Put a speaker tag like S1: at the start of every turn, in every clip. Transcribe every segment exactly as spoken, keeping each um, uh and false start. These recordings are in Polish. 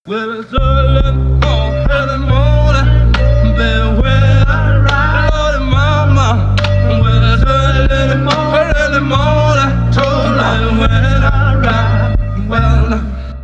S1: Well, it's early morning, early morning, beware, Lordy mama. Well, it's early morning, early morning, told me when I ride. Well,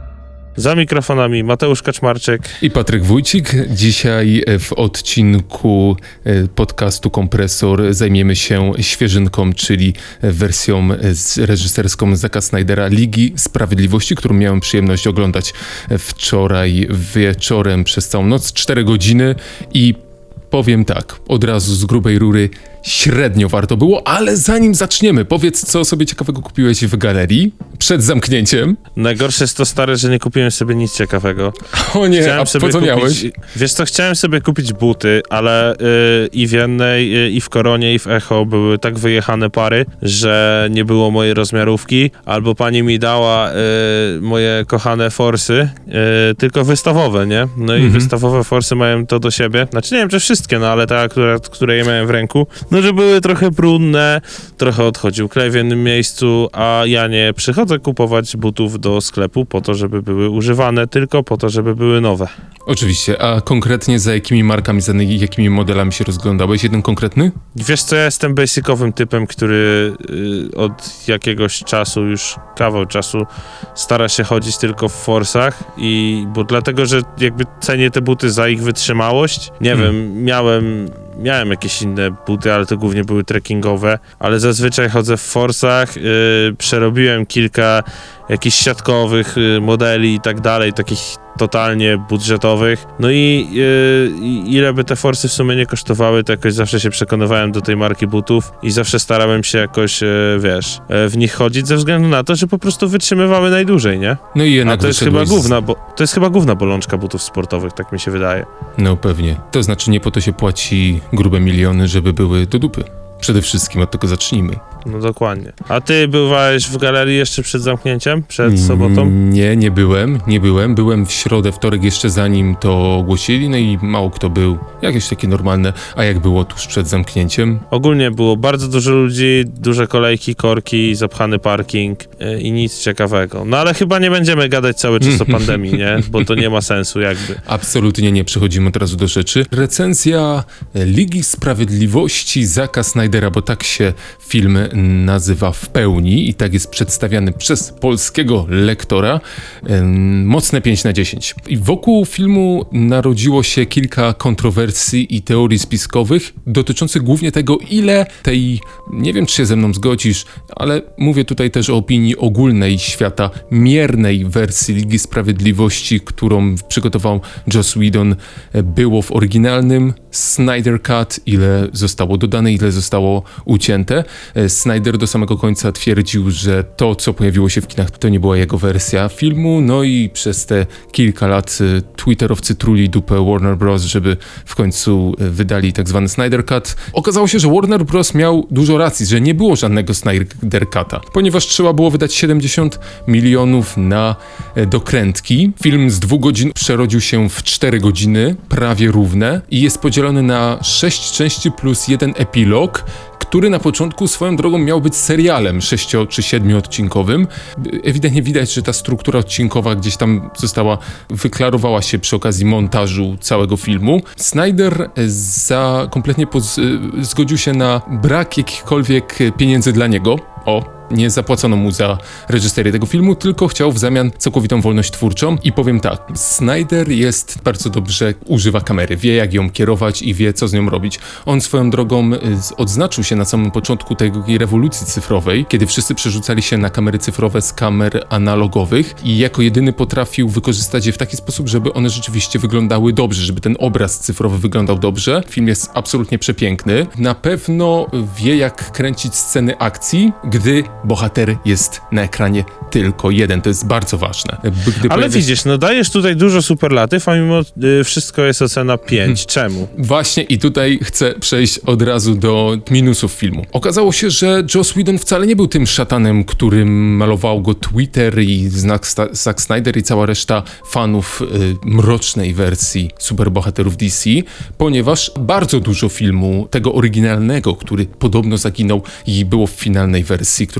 S2: Za mikrofonami Mateusz Kaczmarczyk
S3: i Patryk Wójcik. Dzisiaj w odcinku podcastu Kompresor zajmiemy się świeżynką, czyli wersją reżyserską Zacka Snydera Ligi Sprawiedliwości, którą miałem przyjemność oglądać wczoraj wieczorem przez całą noc, cztery godziny i powiem tak, od razu z grubej rury, średnio warto było, ale zanim zaczniemy, powiedz, co sobie ciekawego kupiłeś w galerii przed zamknięciem.
S2: Najgorsze jest to, stare, że nie kupiłem sobie nic ciekawego.
S3: O nie,
S2: Chciałem
S3: a
S2: sobie
S3: po co
S2: kupić,
S3: miałeś?
S2: Wiesz co, chciałem sobie kupić buty, ale yy, i w jednej, yy, i w Koronie, i w Echo były tak wyjechane pary, że nie było mojej rozmiarówki, albo pani mi dała yy, moje kochane forsy, yy, tylko wystawowe, nie? No i
S3: Mhm.
S2: wystawowe forsy mają to do siebie, znaczy nie wiem, czy wszystkie, no ale ta, która, które ja miałem w ręku, no że były trochę brudne, trochę odchodził klej w jednym miejscu, a ja nie przychodzę kupować butów do sklepu po to, żeby były używane, tylko po to, żeby były nowe.
S3: Oczywiście, a konkretnie za jakimi markami, za jakimi modelami się rozglądałeś? Jeden konkretny?
S2: Wiesz co, ja jestem basicowym typem, który y, od jakiegoś czasu, już kawał czasu, stara się chodzić tylko w forsach i bo dlatego, że jakby cenię te buty za ich wytrzymałość. Nie
S3: Hmm.
S2: wiem, miałem miałem jakieś inne buty, ale to głównie były trekkingowe, ale zazwyczaj chodzę w forsach, y, przerobiłem kilka jakichś siatkowych y, modeli i tak dalej, takich totalnie budżetowych. No i yy, ile by te forsy w sumie nie kosztowały, to jakoś zawsze się przekonywałem do tej marki butów i zawsze starałem się jakoś, yy, wiesz, yy, w nich chodzić ze względu na to, że po prostu wytrzymywały najdłużej, nie?
S3: No i
S2: A
S3: jednak
S2: to jest chyba
S3: wyszedłeś z-
S2: główna, bo to jest chyba główna bolączka butów sportowych, tak mi się wydaje.
S3: No pewnie. To znaczy nie po to się płaci grube miliony, żeby były do dupy. Przede wszystkim od tego zacznijmy.
S2: No dokładnie. A ty bywałeś w galerii jeszcze przed zamknięciem? Przed sobotą?
S3: Mm, Nie, nie byłem, nie byłem. Byłem w środę, wtorek jeszcze zanim to ogłosili, no i mało kto był. Jakieś takie normalne. A jak było tuż przed zamknięciem?
S2: Ogólnie było bardzo dużo ludzi, duże kolejki, korki, zapchany parking yy, i nic ciekawego. No ale chyba nie będziemy gadać cały czas o pandemii, nie? Bo to nie ma sensu jakby.
S3: Absolutnie nie, przechodzimy od razu do rzeczy. Recenzja Ligi Sprawiedliwości Zacka Snydera, bo tak się film nazywa w pełni i tak jest przedstawiany przez polskiego lektora. Ym, mocne pięć na dziesięć. I wokół filmu narodziło się kilka kontrowersji i teorii spiskowych dotyczących głównie tego, ile tej, nie wiem czy się ze mną zgodzisz, ale mówię tutaj też o opinii ogólnej świata, miernej wersji Ligi Sprawiedliwości, którą przygotował Joss Whedon, było w oryginalnym Snyder Cut, ile zostało dodane, ile zostało ucięte. Snyder do samego końca twierdził, że to, co pojawiło się w kinach, to nie była jego wersja filmu, no i przez te kilka lat y, twitterowcy truli dupę Warner Bros., żeby w końcu y, wydali tak zwany Snyder Cut. Okazało się, że Warner Bros. Miał dużo racji, że nie było żadnego Snyder Cutta, ponieważ trzeba było wydać siedemdziesiąt milionów na y, dokrętki. Film z dwóch godzin przerodził się w cztery godziny, prawie równe, i jest podzielony na sześć części plus jeden epilog, który na początku swoją drogą miał być serialem sześcio- czy siedmioodcinkowym. Ewidentnie widać, że ta struktura odcinkowa gdzieś tam została, wyklarowała się przy okazji montażu całego filmu. Snyder za kompletnie poz- zgodził się na brak jakichkolwiek pieniędzy dla niego. O, nie zapłacono mu za reżyserię tego filmu, tylko chciał w zamian całkowitą wolność twórczą. I powiem tak, Snyder jest bardzo dobrze, używa kamery, wie jak ją kierować i wie co z nią robić. On swoją drogą y, odznaczył się na samym początku tej rewolucji cyfrowej, kiedy wszyscy przerzucali się na kamery cyfrowe z kamer analogowych i jako jedyny potrafił wykorzystać je w taki sposób, żeby one rzeczywiście wyglądały dobrze, żeby ten obraz cyfrowy wyglądał dobrze. Film jest absolutnie przepiękny. Na pewno wie jak kręcić sceny akcji, gdy bohater jest na ekranie tylko jeden. To jest bardzo ważne. Gdy
S2: Ale
S3: pojawia-
S2: widzisz, no dajesz tutaj dużo superlatyw, a mimo y, wszystko jest ocena pięć. Czemu?
S3: Właśnie i tutaj chcę przejść od razu do minusów filmu. Okazało się, że Joss Whedon wcale nie był tym szatanem, którym malował go Twitter i Zack Snyder i cała reszta fanów y, mrocznej wersji superbohaterów D C, ponieważ bardzo dużo filmu, tego oryginalnego, który podobno zaginął i było w finalnej wersji, którą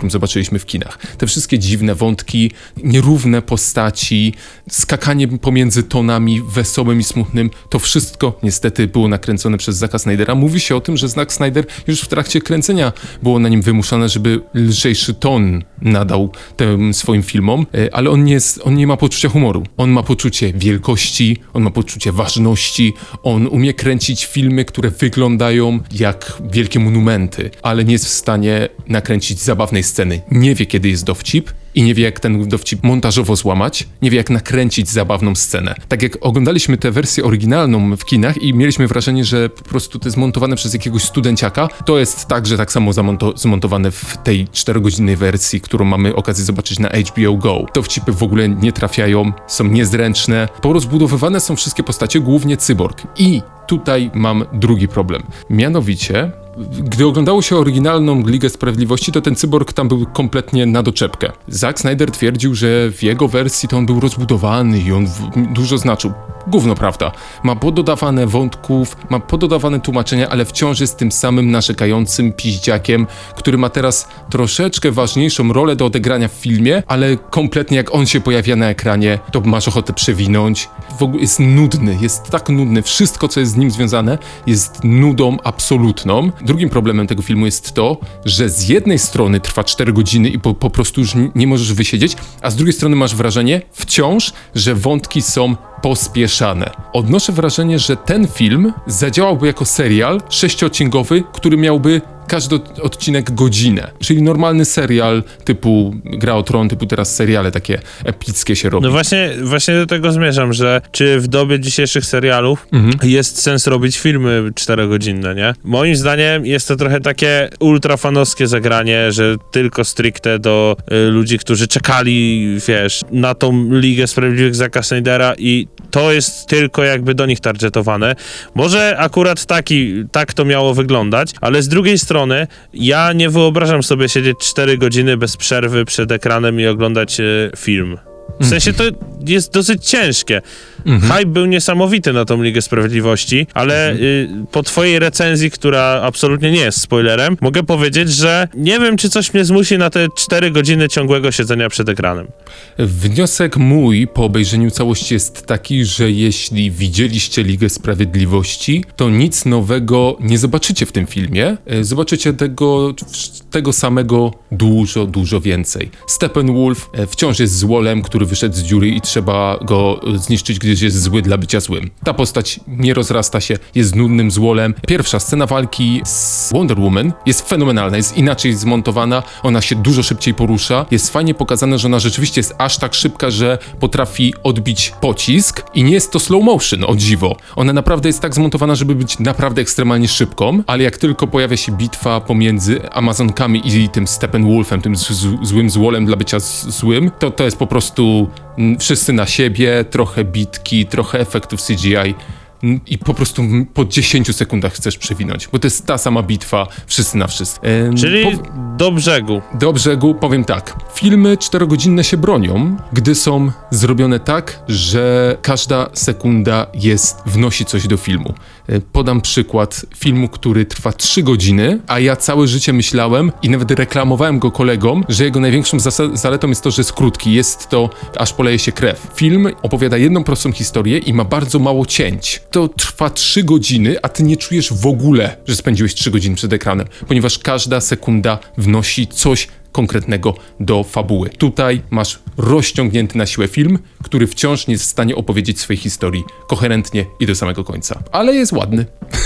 S3: jakim zobaczyliśmy w kinach. Te wszystkie dziwne wątki, nierówne postaci, skakanie pomiędzy tonami wesołym i smutnym, to wszystko niestety było nakręcone przez Zacka Snydera. Mówi się o tym, że Zack Snyder już w trakcie kręcenia było na nim wymuszane, żeby lżejszy ton nadał tym swoim filmom, ale on nie, jest, on nie ma poczucia humoru. On ma poczucie wielkości, on ma poczucie ważności, on umie kręcić filmy, które wyglądają jak wielkie monumenty, ale nie jest w stanie nakręcić zabawnej sceny. Nie wie, kiedy jest dowcip i nie wie, jak ten dowcip montażowo złamać, nie wie, jak nakręcić zabawną scenę. Tak jak oglądaliśmy tę wersję oryginalną w kinach i mieliśmy wrażenie, że po prostu to jest montowane przez jakiegoś studenciaka, to jest także tak samo zamonto- zmontowane w tej czterogodzinnej wersji, którą mamy okazję zobaczyć na H B O Go. Dowcipy w ogóle nie trafiają, są niezręczne, porozbudowywane są wszystkie postacie, głównie cyborg. I tutaj mam drugi problem. Mianowicie, gdy oglądało się oryginalną Ligę Sprawiedliwości, to ten cyborg tam był kompletnie na doczepkę. Zack Snyder twierdził, że w jego wersji to on był rozbudowany i on w- dużo znaczył. Gówno prawda. Ma pododawane wątków, ma pododawane tłumaczenia, ale wciąż jest tym samym narzekającym piździakiem, który ma teraz troszeczkę ważniejszą rolę do odegrania w filmie, ale kompletnie jak on się pojawia na ekranie, to masz ochotę przewinąć. W ogóle jest nudny, jest tak nudny. Wszystko, co jest z nim związane, jest nudą absolutną. Drugim problemem tego filmu jest to, że z jednej strony trwa cztery godziny i po, po prostu już nie możesz wysiedzieć, a z drugiej strony masz wrażenie wciąż, że wątki są pospieszane. Odnoszę wrażenie, że ten film zadziałałby jako serial sześciodcinkowy, który miałby każdy od- odcinek godzinę. Czyli normalny serial typu Gra o Tron, typu teraz seriale takie epickie się robi.
S2: No właśnie, właśnie do tego zmierzam, że czy w dobie dzisiejszych serialów
S3: Mhm.
S2: jest sens robić filmy czterogodzinne, nie? Moim zdaniem jest to trochę takie ultrafanowskie zagranie, że tylko stricte do y, ludzi, którzy czekali, wiesz, na tą Ligę Sprawiedliwych Zacka Snydera i to jest tylko jakby do nich targetowane. Może akurat taki, tak to miało wyglądać, ale z drugiej strony ja nie wyobrażam sobie siedzieć cztery godziny bez przerwy przed ekranem i oglądać y, film. W sensie to jest dosyć ciężkie.
S3: Mhm.
S2: Hype był niesamowity na tą Ligę Sprawiedliwości, ale y, po twojej recenzji, która absolutnie nie jest spoilerem, mogę powiedzieć, że nie wiem, czy coś mnie zmusi na te cztery godziny ciągłego siedzenia przed ekranem.
S3: Wniosek mój po obejrzeniu całości jest taki, że jeśli widzieliście Ligę Sprawiedliwości, to nic nowego nie zobaczycie w tym filmie. E, Zobaczycie tego, tego samego dużo, dużo więcej. Steppenwolf e, wciąż jest złolem, który wyszedł z dziury i trzeba go e, zniszczyć, gdyż jest zły dla bycia złym. Ta postać nie rozrasta się, jest nudnym złolem. Pierwsza scena walki z Wonder Woman jest fenomenalna, jest inaczej zmontowana, ona się dużo szybciej porusza, jest fajnie pokazane, że ona rzeczywiście jest aż tak szybka, że potrafi odbić pocisk i nie jest to slow motion, o dziwo. Ona naprawdę jest tak zmontowana, żeby być naprawdę ekstremalnie szybką, ale jak tylko pojawia się bitwa pomiędzy Amazonkami i tym Steppenwolfem, tym z- z- złym złolem dla bycia z- złym, to to jest po prostu mm, wszyscy na siebie, trochę bitki, trochę efektów C G I. I po prostu po dziesięciu sekundach chcesz przewinąć, bo to jest ta sama bitwa, wszyscy na wszyscy. Ehm,
S2: Czyli
S3: po-
S2: do brzegu.
S3: do brzegu powiem tak. Filmy czterogodzinne się bronią, gdy są zrobione tak, że każda sekunda jest, wnosi coś do filmu. E, Podam przykład filmu, który trwa trzy godziny, a ja całe życie myślałem i nawet reklamowałem go kolegom, że jego największą zasa- zaletą jest to, że jest krótki. Jest to, aż poleje się krew. Film opowiada jedną prostą historię i ma bardzo mało cięć. To trwa trzy godziny, a ty nie czujesz w ogóle, że spędziłeś trzy godziny przed ekranem, ponieważ każda sekunda wnosi coś konkretnego do fabuły. Tutaj masz rozciągnięty na siłę film, który wciąż nie jest w stanie opowiedzieć swojej historii koherentnie i do samego końca. Ale jest ładny.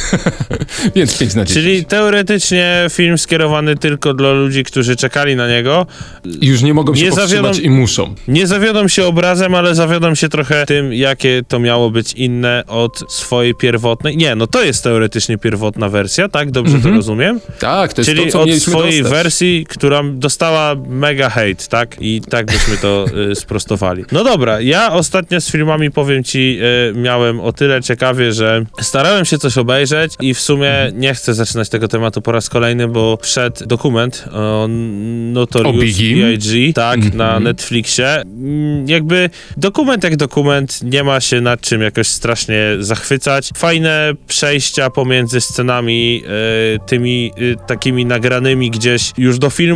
S3: Więc pięć na dziesięć.
S2: Czyli teoretycznie film skierowany tylko dla ludzi, którzy czekali na niego.
S3: I już nie mogą się
S2: nie
S3: powstrzymać
S2: zawiodą-
S3: i muszą.
S2: Nie zawiodą się obrazem, ale zawiodą się trochę tym, jakie to miało być inne od swojej pierwotnej. Nie, no to jest teoretycznie pierwotna wersja, tak? Dobrze
S3: Mhm.
S2: to rozumiem?
S3: Tak, to jest
S2: Czyli
S3: to, co
S2: od
S3: mieliśmy
S2: swojej
S3: dostać.
S2: wersji, która dostała mega hate, tak? I tak byśmy to y, sprostowali. No dobra, ja ostatnio z filmami, powiem ci, y, miałem o tyle ciekawie, że starałem się coś obejrzeć i w sumie nie chcę zaczynać tego tematu po raz kolejny, bo wszedł dokument o
S3: O
S2: Notorious
S3: Biggie.
S2: B I G, tak,
S3: Mhm.
S2: na Netflixie. Mm, Jakby dokument jak dokument, nie ma się nad czym jakoś strasznie zachwycać. Fajne przejścia pomiędzy scenami y, tymi y, takimi nagranymi gdzieś już do filmu, a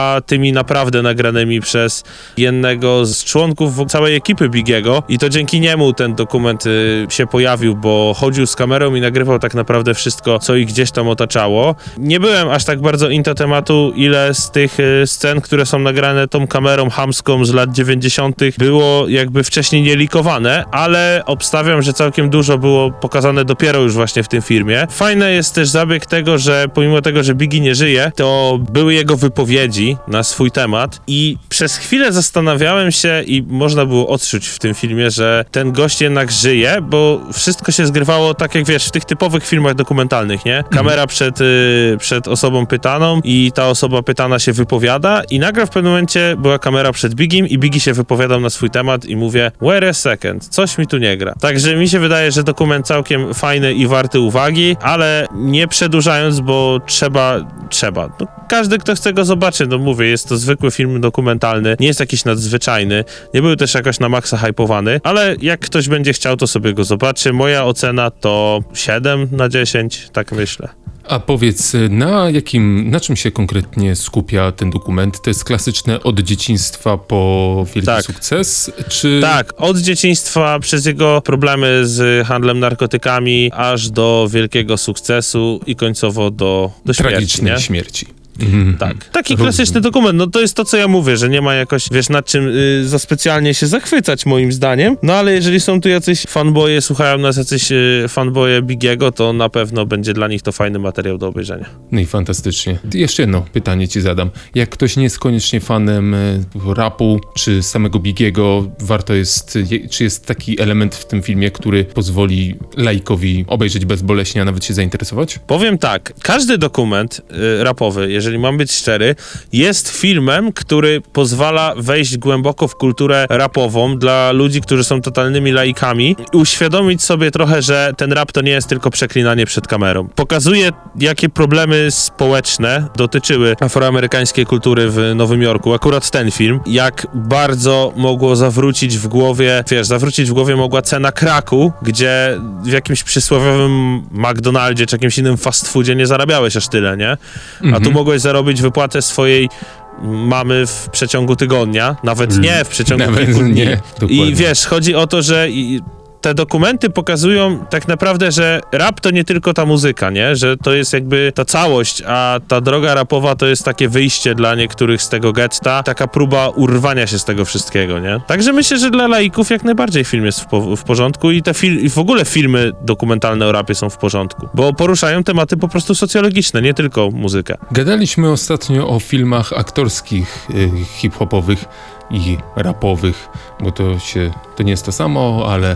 S2: a tymi naprawdę nagranymi przez jednego z członków całej ekipy Bigiego i to dzięki niemu ten dokument y, się pojawił, bo chodził z kamerą i nagrywał tak naprawdę wszystko, co ich gdzieś tam otaczało. Nie byłem aż tak bardzo into tematu, ile z tych y, scen, które są nagrane tą kamerą chamską z lat dziewięćdziesiątych było jakby wcześniej nielikowane, ale obstawiam, że całkiem dużo było pokazane dopiero już właśnie w tym filmie. Fajne jest też zabieg tego, że pomimo tego, że Biggie nie żyje, to były jego wypowiedzi na swój temat i przez chwilę zastanawiałem się i można było odczuć w tym filmie, że ten gość jednak żyje, bo wszystko się zgrywało tak jak wiesz, w tych typowych filmach dokumentalnych, nie? Kamera przed, y, przed osobą pytaną i ta osoba pytana się wypowiada i nagle w pewnym momencie była kamera przed Biggiem i Biggie się wypowiadał na swój temat i mówię wait a second, coś mi tu nie gra. Także mi się wydaje, że dokument całkiem fajny i warty uwagi, ale nie przedłużając, bo trzeba, trzeba. No, każdy, kto chce go zobaczy, no mówię, jest to zwykły film dokumentalny, nie jest jakiś nadzwyczajny, nie był też jakoś na maksa hypowany, ale jak ktoś będzie chciał, to sobie go zobaczy. Moja ocena to siedem na dziesięć, tak myślę.
S3: A powiedz, na jakim, na czym się konkretnie skupia ten dokument? To jest klasyczne od dzieciństwa po wielki
S2: tak.
S3: sukces? Czy...
S2: Tak, od dzieciństwa przez jego problemy z handlem narkotykami, aż do wielkiego sukcesu i końcowo do, do śmierci,
S3: tragicznej
S2: nie?
S3: śmierci.
S2: Tak. Taki klasyczny dokument, no to jest to, co ja mówię, że nie ma jakoś, wiesz, nad czym y, za specjalnie się zachwycać, moim zdaniem, no ale jeżeli są tu jacyś fanboye, słuchają nas jacyś y, fanboye Biggiego, to na pewno będzie dla nich to fajny materiał do obejrzenia.
S3: No i fantastycznie. Jeszcze jedno pytanie ci zadam. Jak ktoś nie jest koniecznie fanem y, rapu, czy samego Biggiego, warto jest, je, czy jest taki element w tym filmie, który pozwoli laikowi obejrzeć bezboleśnie, a nawet się zainteresować?
S2: Powiem tak, każdy dokument y, rapowy, jeżeli mam być szczery, jest filmem, który pozwala wejść głęboko w kulturę rapową dla ludzi, którzy są totalnymi laikami i uświadomić sobie trochę, że ten rap to nie jest tylko przeklinanie przed kamerą. Pokazuje, jakie problemy społeczne dotyczyły afroamerykańskiej kultury w Nowym Jorku. Akurat ten film, jak bardzo mogło zawrócić w głowie, wiesz, zawrócić w głowie mogła cena kraku, gdzie w jakimś przysłowiowym McDonaldzie czy jakimś innym fast foodzie nie zarabiałeś aż tyle, nie? A tu mogłeś zarobić wypłatę swojej mamy w przeciągu tygodnia, nawet nie w przeciągu
S3: Nawet
S2: kilku dni.
S3: nie, dokładnie.
S2: I wiesz, chodzi o to, że i te dokumenty pokazują tak naprawdę, że rap to nie tylko ta muzyka, nie? Że to jest jakby ta całość, a ta droga rapowa to jest takie wyjście dla niektórych z tego getta, taka próba urwania się z tego wszystkiego, nie? Także myślę, że dla laików jak najbardziej film jest w, po- w porządku i te fil- i w ogóle filmy dokumentalne o rapie są w porządku, bo poruszają tematy po prostu socjologiczne, nie tylko muzykę.
S3: Gadaliśmy ostatnio o filmach aktorskich, y, hip-hopowych i rapowych, bo to się, to nie jest to samo, ale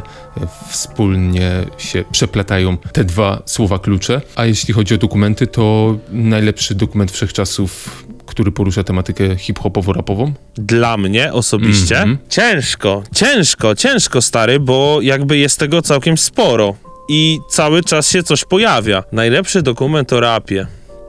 S3: wspólnie się przeplatają te dwa słowa klucze. A jeśli chodzi o dokumenty, to najlepszy dokument wszechczasów, który porusza tematykę hip-hopowo-rapową?
S2: Dla mnie osobiście
S3: Mhm.
S2: ciężko, ciężko, ciężko stary, bo jakby jest tego całkiem sporo i cały czas się coś pojawia. Najlepszy dokument o rapie.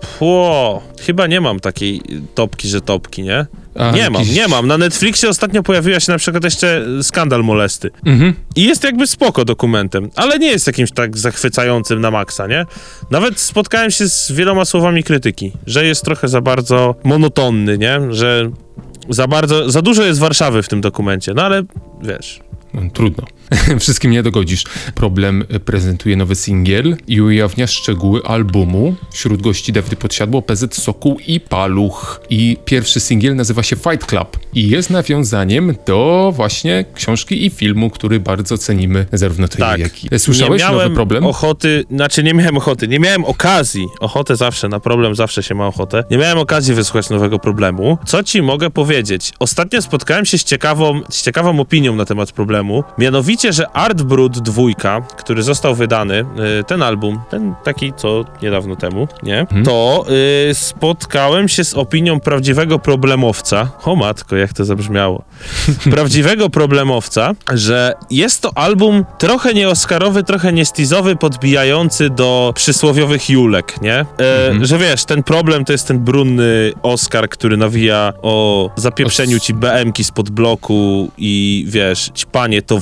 S2: Pło, chyba nie mam takiej topki, że topki, nie?
S3: A,
S2: nie
S3: jakiś-
S2: mam, nie mam. Na Netflixie ostatnio pojawiła się na przykład jeszcze Skandal Molesty.
S3: Mhm.
S2: I jest jakby spoko dokumentem, ale nie jest jakimś tak zachwycającym na maksa, nie? Nawet spotkałem się z wieloma słowami krytyki, że jest trochę za bardzo monotonny, nie? Że za bardzo, za dużo jest Warszawy w tym dokumencie, no ale wiesz...
S3: No, trudno. Wszystkim nie dogodzisz. Problem prezentuje nowy singiel i ujawnia szczegóły albumu. Wśród gości Dewdy Podsiadło, P Z, Sokół i Paluch. I pierwszy singiel nazywa się Fight Club i jest nawiązaniem do właśnie książki i filmu, który bardzo cenimy, zarówno ty,
S2: Tak.
S3: jak i... Słyszałeś
S2: nie miałem
S3: nowy problem?
S2: ochoty, znaczy nie miałem ochoty, nie miałem okazji, ochotę zawsze, na problem zawsze się ma ochotę, nie miałem okazji wysłuchać nowego problemu. Co ci mogę powiedzieć? Ostatnio spotkałem się z ciekawą, z ciekawą opinią na temat problemu, mianowicie, że Art Brut dwójka, który został wydany, y, ten album, ten taki co niedawno temu, nie?
S3: Hmm.
S2: To y, spotkałem się z opinią prawdziwego problemowca, o matko, jak to zabrzmiało, prawdziwego problemowca, że jest to album trochę nieoskarowy, trochę niestizowy, podbijający do przysłowiowych julek, nie? E,
S3: Mhm.
S2: Że wiesz, ten problem to jest ten brunny Oscar, który nawija o zapieprzeniu ci B M ki spod bloku i wiesz, ćpanie towarów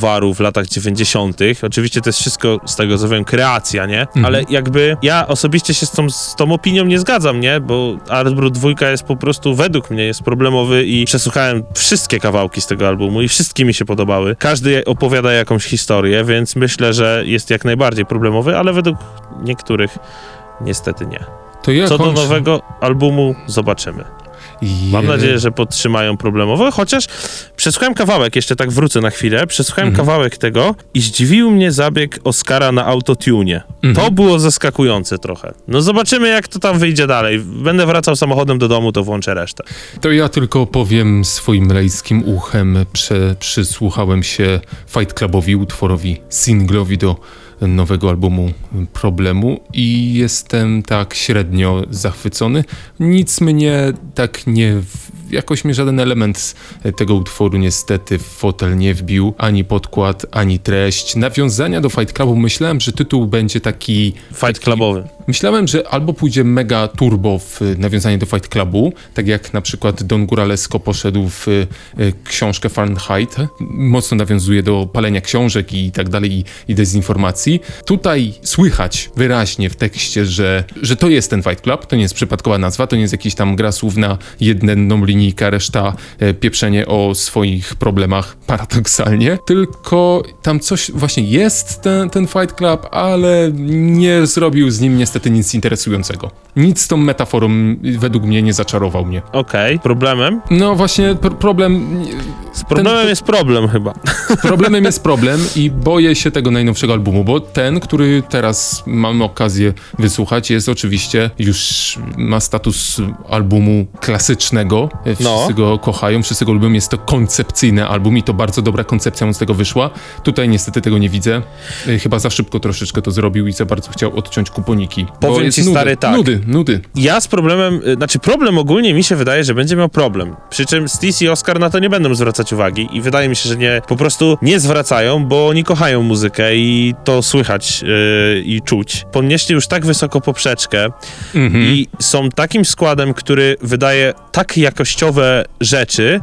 S2: latach dziewięćdziesiątych. Oczywiście to jest wszystko, z tego co wiem, kreacja, nie?
S3: Mhm.
S2: Ale jakby ja osobiście się z tą, z tą opinią nie zgadzam, nie? Bo Art Brut dwa jest po prostu, według mnie, jest problemowy i przesłuchałem wszystkie kawałki z tego albumu i wszystkie mi się podobały. Każdy opowiada jakąś historię, więc myślę, że jest jak najbardziej problemowy, ale według niektórych niestety nie.
S3: To ja
S2: Co do
S3: kończę.
S2: nowego albumu zobaczymy. Mam
S3: Je-
S2: nadzieję, że podtrzymają problemowe, chociaż przesłuchałem kawałek, jeszcze tak wrócę na chwilę, przesłuchałem
S3: Mhm.
S2: kawałek tego i zdziwił mnie zabieg Oscara na autotune.
S3: Mhm.
S2: To było zaskakujące trochę. No zobaczymy, jak to tam wyjdzie dalej. Będę wracał samochodem do domu, to włączę resztę.
S3: To ja tylko powiem swoim lejskim uchem, prze, przysłuchałem się Fight Clubowi, utworowi, singlowi do nowego albumu Problemu i jestem tak średnio zachwycony. Nic mnie tak nie... Jakoś mnie żaden element tego utworu niestety w fotel nie wbił, ani podkład, ani treść. Nawiązania do Fight Clubu, myślałem, że tytuł będzie taki...
S2: Fight Clubowy.
S3: Myślałem, że albo pójdzie mega turbo w nawiązanie do Fight Clubu, tak jak na przykład Don Guralesco poszedł w y, książkę Fahrenheit, mocno nawiązuje do palenia książek i tak dalej i, i dezinformacji. Tutaj słychać wyraźnie w tekście, że, że to jest ten Fight Club, to nie jest przypadkowa nazwa, to nie jest jakiś tam gra słów na jedną linijkę, reszta e, pieprzenie o swoich problemach paradoksalnie, tylko tam coś właśnie jest ten, ten Fight Club, ale nie zrobił z nim niestety nic interesującego. Nic z tą metaforą według mnie nie zaczarował mnie.
S2: Okej, problemem?
S3: No właśnie pr- problem...
S2: Z problemem
S3: ten-
S2: jest problem chyba.
S3: Problemem jest problem i boję się tego najnowszego albumu, bo ten, który teraz mamy okazję wysłuchać, jest oczywiście, już ma status albumu klasycznego. Wszyscy
S2: No.
S3: go kochają, wszyscy go lubią. Jest to koncepcyjny album i to bardzo dobra koncepcja z tego wyszła. Tutaj niestety tego nie widzę. Y, Chyba za szybko troszeczkę to zrobił i za bardzo chciał odciąć kuponiki. Bo
S2: Powiem
S3: jest
S2: ci,
S3: nudy,
S2: stary, tak.
S3: Nudy, nudy.
S2: Ja z problemem, y, znaczy problem ogólnie mi się wydaje, że będzie miał problem. Przy czym Stis i Oscar na to nie będą zwracać uwagi i wydaje mi się, że nie, po prostu nie zwracają, bo oni kochają muzykę i to słychać yy, i czuć. Podnieśli już tak wysoko poprzeczkę
S3: Mhm.
S2: i są takim składem, który wydaje tak jakościowe rzeczy,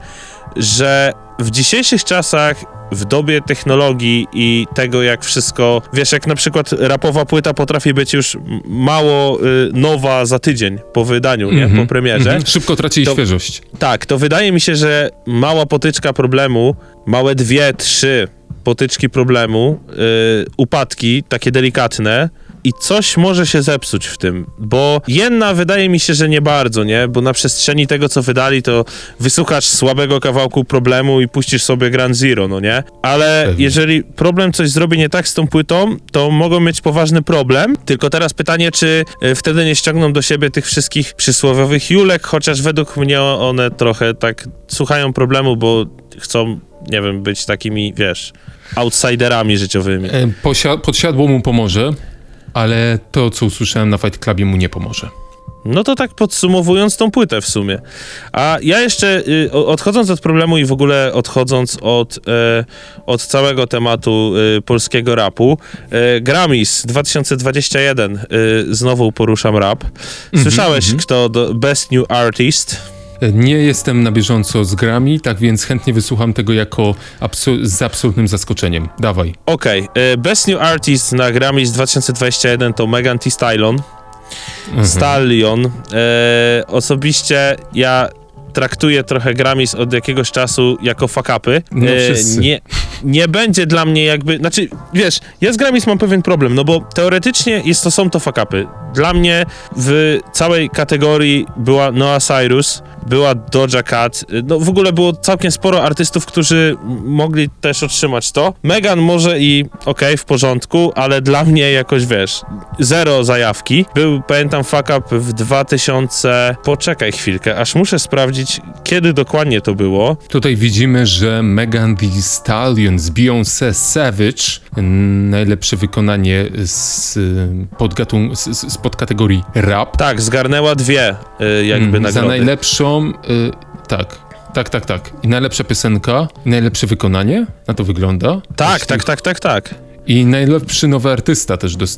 S2: że w dzisiejszych czasach, w dobie technologii i tego, jak wszystko, wiesz, jak na przykład rapowa płyta potrafi być już m- mało y, nowa za tydzień po wydaniu, nie?
S3: Mhm.
S2: Po premierze.
S3: Mhm. Szybko traci
S2: To-
S3: świeżość.
S2: Tak, to wydaje mi się, że mała potyczka problemu, małe dwie, trzy potyczki problemu, yy, upadki, takie delikatne i coś może się zepsuć w tym, bo jedna wydaje mi się, że nie bardzo, nie? Bo na przestrzeni tego, co wydali, to wysłuchasz słabego kawałku problemu i puścisz sobie Grand Zero, no nie? Ale
S3: Pewnie.
S2: jeżeli problem coś zrobi nie tak z tą płytą, to mogą mieć poważny problem, tylko teraz pytanie, czy y, wtedy nie ściągną do siebie tych wszystkich przysłowiowych Julek, chociaż według mnie one trochę tak słuchają problemu, bo chcą, nie wiem, być takimi, wiesz, outsiderami życiowymi.
S3: E, Posia- podsiadło mu pomoże, ale to, co usłyszałem na Fight Clubie, mu nie pomoże.
S2: No to tak podsumowując tą płytę w sumie. A ja jeszcze y, o- odchodząc od problemu i w ogóle odchodząc od, y, od całego tematu y, polskiego rapu, y, Grammys dwa tysiące dwudziesty pierwszy, y, znowu poruszam rap. Słyszałeś,
S3: mhm.
S2: kto do Best New Artist?
S3: E, Nie jestem na bieżąco z Grammy, tak więc chętnie wysłucham tego jako absu- z absolutnym zaskoczeniem. Dawaj.
S2: Okej, y, Best New Artist na Grammys dwa tysiące dwudziesty pierwszy to Megan Thee Stallion.
S3: Mhm.
S2: Stallion. E, osobiście ja traktuję trochę Grammys od jakiegoś czasu jako fuck-upy.
S3: No wszyscy.
S2: nie, nie będzie dla mnie jakby... Znaczy, wiesz, ja z Grammys mam pewien problem, no bo teoretycznie jest to, są to fuck-upy. Dla mnie w całej kategorii była Noah Cyrus, była Doja Cat, no w ogóle było całkiem sporo artystów, którzy m- mogli też otrzymać to. Megan może i okej, w porządku, ale dla mnie jakoś, wiesz, zero zajawki. Był, pamiętam, fuck up w dwa tysiące... Poczekaj chwilkę, aż muszę sprawdzić, kiedy dokładnie to było.
S3: Tutaj widzimy, że Megan Thee Stallion z Beyoncé Savage, najlepsze wykonanie z, podgatung- z, z, z podkategorii rap.
S2: Tak, zgarnęła dwie y, jakby
S3: Mm,
S2: nagrody.
S3: Za najlepszą, y, tak, tak, tak, tak. I najlepsza piosenka, i najlepsze wykonanie, na to wygląda.
S2: Tak,
S3: Jeśli-
S2: tak, tak, tak, tak.
S3: I najlepszy nowy artysta też dostała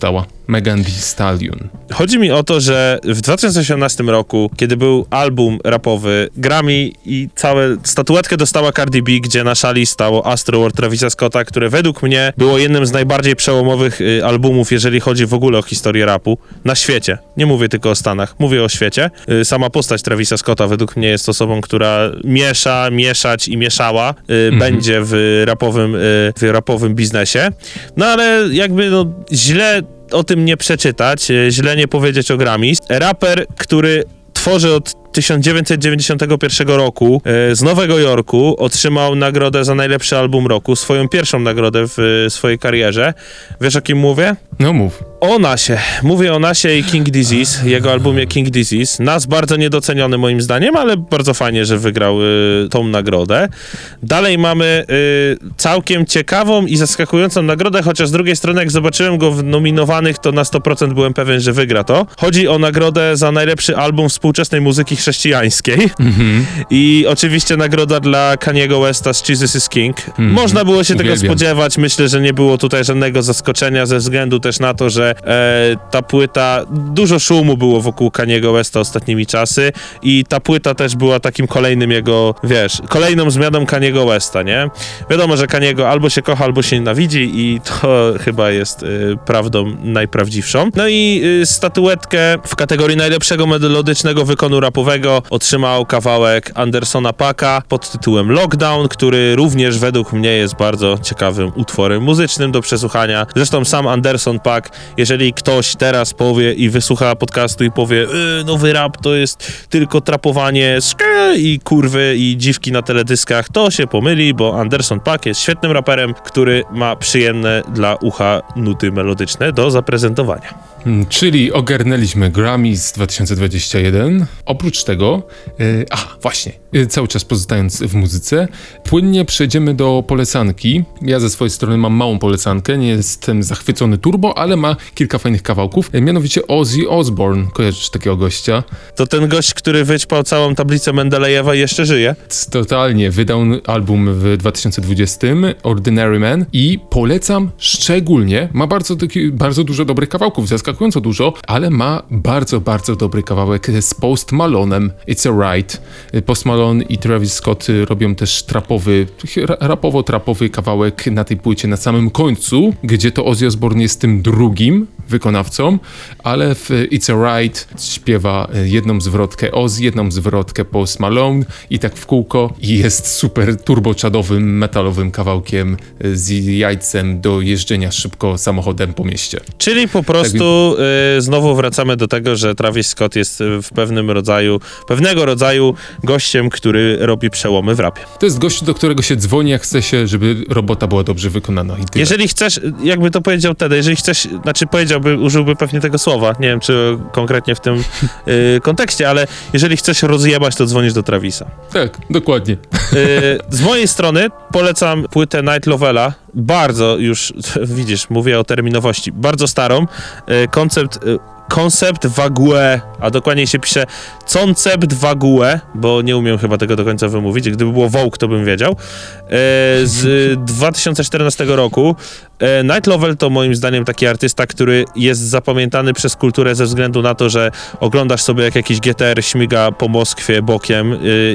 S3: Megan Thee Stallion.
S2: Chodzi mi o to, że w dwa tysiące osiemnastym roku, kiedy był album rapowy Grammy i całe statuetkę dostała Cardi B, gdzie na szali stało Astroworld Travisa Scotta, które według mnie było jednym z najbardziej przełomowych y, albumów, jeżeli chodzi w ogóle o historię rapu na świecie. Nie mówię tylko o Stanach, mówię o świecie. Y, sama postać Travisa Scotta według mnie jest osobą, która miesza, mieszać i mieszała y, mhm. będzie w rapowym, y, w rapowym biznesie. No ale jakby no, źle o tym nie przeczytać, źle nie powiedzieć o Grammys. Raper, który tworzy od tysiąc dziewięćset dziewięćdziesiątego pierwszego roku e, z Nowego Jorku, otrzymał nagrodę za najlepszy album roku, swoją pierwszą nagrodę w e, swojej karierze. Wiesz, o kim mówię?
S3: No mów.
S2: O Nasie. Mówię o Nasie i King Disease, jego albumie King Disease. Nas bardzo niedoceniony moim zdaniem, ale bardzo fajnie, że wygrał y, tą nagrodę. Dalej mamy y, całkiem ciekawą i zaskakującą nagrodę, chociaż z drugiej strony jak zobaczyłem go w nominowanych, to na sto procent byłem pewien, że wygra to. Chodzi o nagrodę za najlepszy album współczesnej muzyki chrześcijańskiej. Mm-hmm. I oczywiście nagroda dla Kaniego Westa z Jesus is King. Mm-hmm. Można było się Uwielbiam. tego spodziewać. Myślę, że nie było tutaj żadnego zaskoczenia ze względu też na to, że E, ta płyta, dużo szumu było wokół Kaniego Westa ostatnimi czasy i ta płyta też była takim kolejnym jego, wiesz, kolejną zmianą Kaniego Westa, nie? Wiadomo, że Kaniego albo się kocha, albo się nienawidzi i to chyba jest y, prawdą najprawdziwszą. No i y, statuetkę w kategorii najlepszego melodycznego wykonu rapowego otrzymał kawałek Andersona Paaka pod tytułem Lockdown, który również według mnie jest bardzo ciekawym utworem muzycznym do przesłuchania. Zresztą sam Anderson Paak, jeżeli ktoś teraz powie i wysłucha podcastu i powie yy, nowy rap to jest tylko trapowanie skrrr i kurwy i dziwki na teledyskach, to się pomyli, bo Anderson Paak jest świetnym raperem, który ma przyjemne dla ucha nuty melodyczne do zaprezentowania.
S3: Czyli ogarnęliśmy Grammy z dwa tysiące dwudziesty pierwszy. Oprócz tego, yy, a właśnie, yy, cały czas pozostając w muzyce, płynnie przejdziemy do polecanki. Ja ze swojej strony mam małą polecankę, nie jestem zachwycony turbo, ale ma kilka fajnych kawałków. Yy, mianowicie Ozzy Osbourne. Kojarzysz takiego gościa?
S2: To ten gość, który wyćpał całą tablicę Mendelejewa i jeszcze żyje?
S3: Totalnie. Wydał album w dwa tysiące dwudziestym, Ordinary Man, i polecam szczególnie, ma bardzo, taki, bardzo dużo dobrych kawałków, zaskakująco dużo, ale ma bardzo, bardzo dobry kawałek z Post Malone'em, It's Alright. Post Malone i Travis Scott robią też trapowy, rapowo-trapowy kawałek na tej płycie na samym końcu, gdzie to Ozzy Osbourne jest tym drugim wykonawcą, ale w It's Alright śpiewa jedną zwrotkę Ozzy, jedną zwrotkę Post Malone i tak w kółko i jest super turboczadowym, metalowym kawałkiem z jajcem do jeżdżenia szybko samochodem po mieście.
S2: Czyli po prostu tak... y, znowu wracamy do tego, że Travis Scott jest w pewnym rodzaju, pewnego rodzaju gościem, który robi przełomy w rapie.
S3: To jest gość, do którego się dzwoni, jak chce się, żeby robota była dobrze wykonana. I
S2: jeżeli chcesz, jakby to powiedział Tedy, jeżeli chcesz, znaczy powiedziałby, użyłby pewnie tego słowa, nie wiem, czy konkretnie w tym y, kontekście, ale jeżeli chcesz rozjebać, to dzwonisz do Travisa.
S3: Tak, dokładnie.
S2: Y, z mojej strony polecam płytę Night Lovella, bardzo już, widzisz, mówię o terminowości, bardzo starą, y, koncept... Y, Koncept Vague, a dokładniej się pisze Concept Vague, bo nie umiem chyba tego do końca wymówić. Gdyby było Vogue, to bym wiedział. E, z dwa tysiące czternastego roku. E, Night Lovell to moim zdaniem taki artysta, który jest zapamiętany przez kulturę ze względu na to, że oglądasz sobie jak jakiś G T R śmiga po Moskwie bokiem e,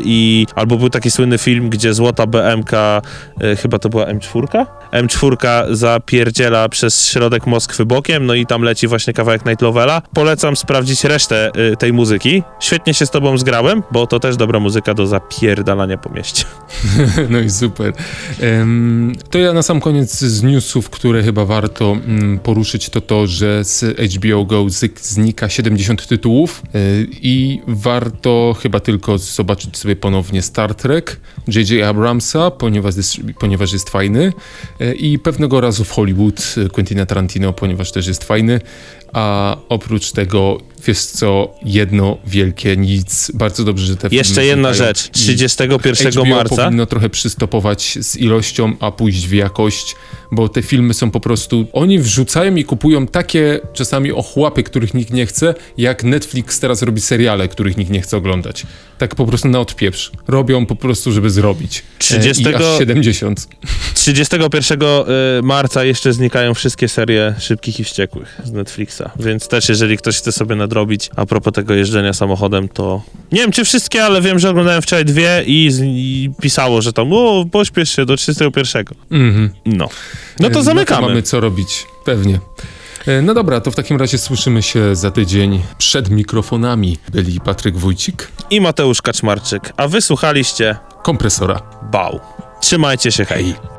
S2: i albo był taki słynny film, gdzie złota B M K, e, chyba to była M cztery? M cztery zapierdziela przez środek Moskwy bokiem, no i tam leci właśnie kawałek Night Lovella. Polecam sprawdzić resztę y, tej muzyki. Świetnie się z tobą zgrałem, bo to też dobra muzyka do zapierdalania po mieście.
S3: No i super. Um, to ja na sam koniec z newsów, które chyba warto um, poruszyć, to to, że z H B O Go z, znika siedemdziesiąt tytułów y, i warto chyba tylko zobaczyć sobie ponownie Star Trek J J Abramsa, ponieważ jest, ponieważ jest fajny y, i pewnego razu w Hollywood Quentina Tarantino, ponieważ też jest fajny. A oprócz tego wiesz co, jedno wielkie nic. Bardzo dobrze, że te filmy
S2: Jeszcze jedna
S3: znikają.
S2: rzecz. trzydziestego pierwszego
S3: H B O
S2: marca
S3: powinno trochę przystopować z ilością, a pójść w jakość, bo te filmy są po prostu... Oni wrzucają i kupują takie czasami ochłapy, których nikt nie chce, jak Netflix teraz robi seriale, których nikt nie chce oglądać. Tak po prostu na odpieprz. Robią po prostu, żeby zrobić.
S2: trzydziestego
S3: E, I aż siedemdziesiąt.
S2: trzydziestego pierwszego marca jeszcze znikają wszystkie serie Szybkich i Wściekłych z Netflixa, więc też jeżeli ktoś chce sobie nadrobić a propos tego jeżdżenia samochodem, to nie wiem czy wszystkie, ale wiem, że oglądałem wczoraj dwie i, z, i pisało, że tam o, pośpiesz się do trzydziestego pierwszego.
S3: Mhm.
S2: No. No to
S3: E,
S2: zamykamy.
S3: No to mamy co robić, pewnie. E, No dobra, to w takim razie słyszymy się za tydzień. Przed mikrofonami byli Patryk Wójcik,
S2: I Mateusz Kaczmarczyk, a wysłuchaliście
S3: Kompresora.
S2: Bał. Trzymajcie się, hej.
S3: Hej.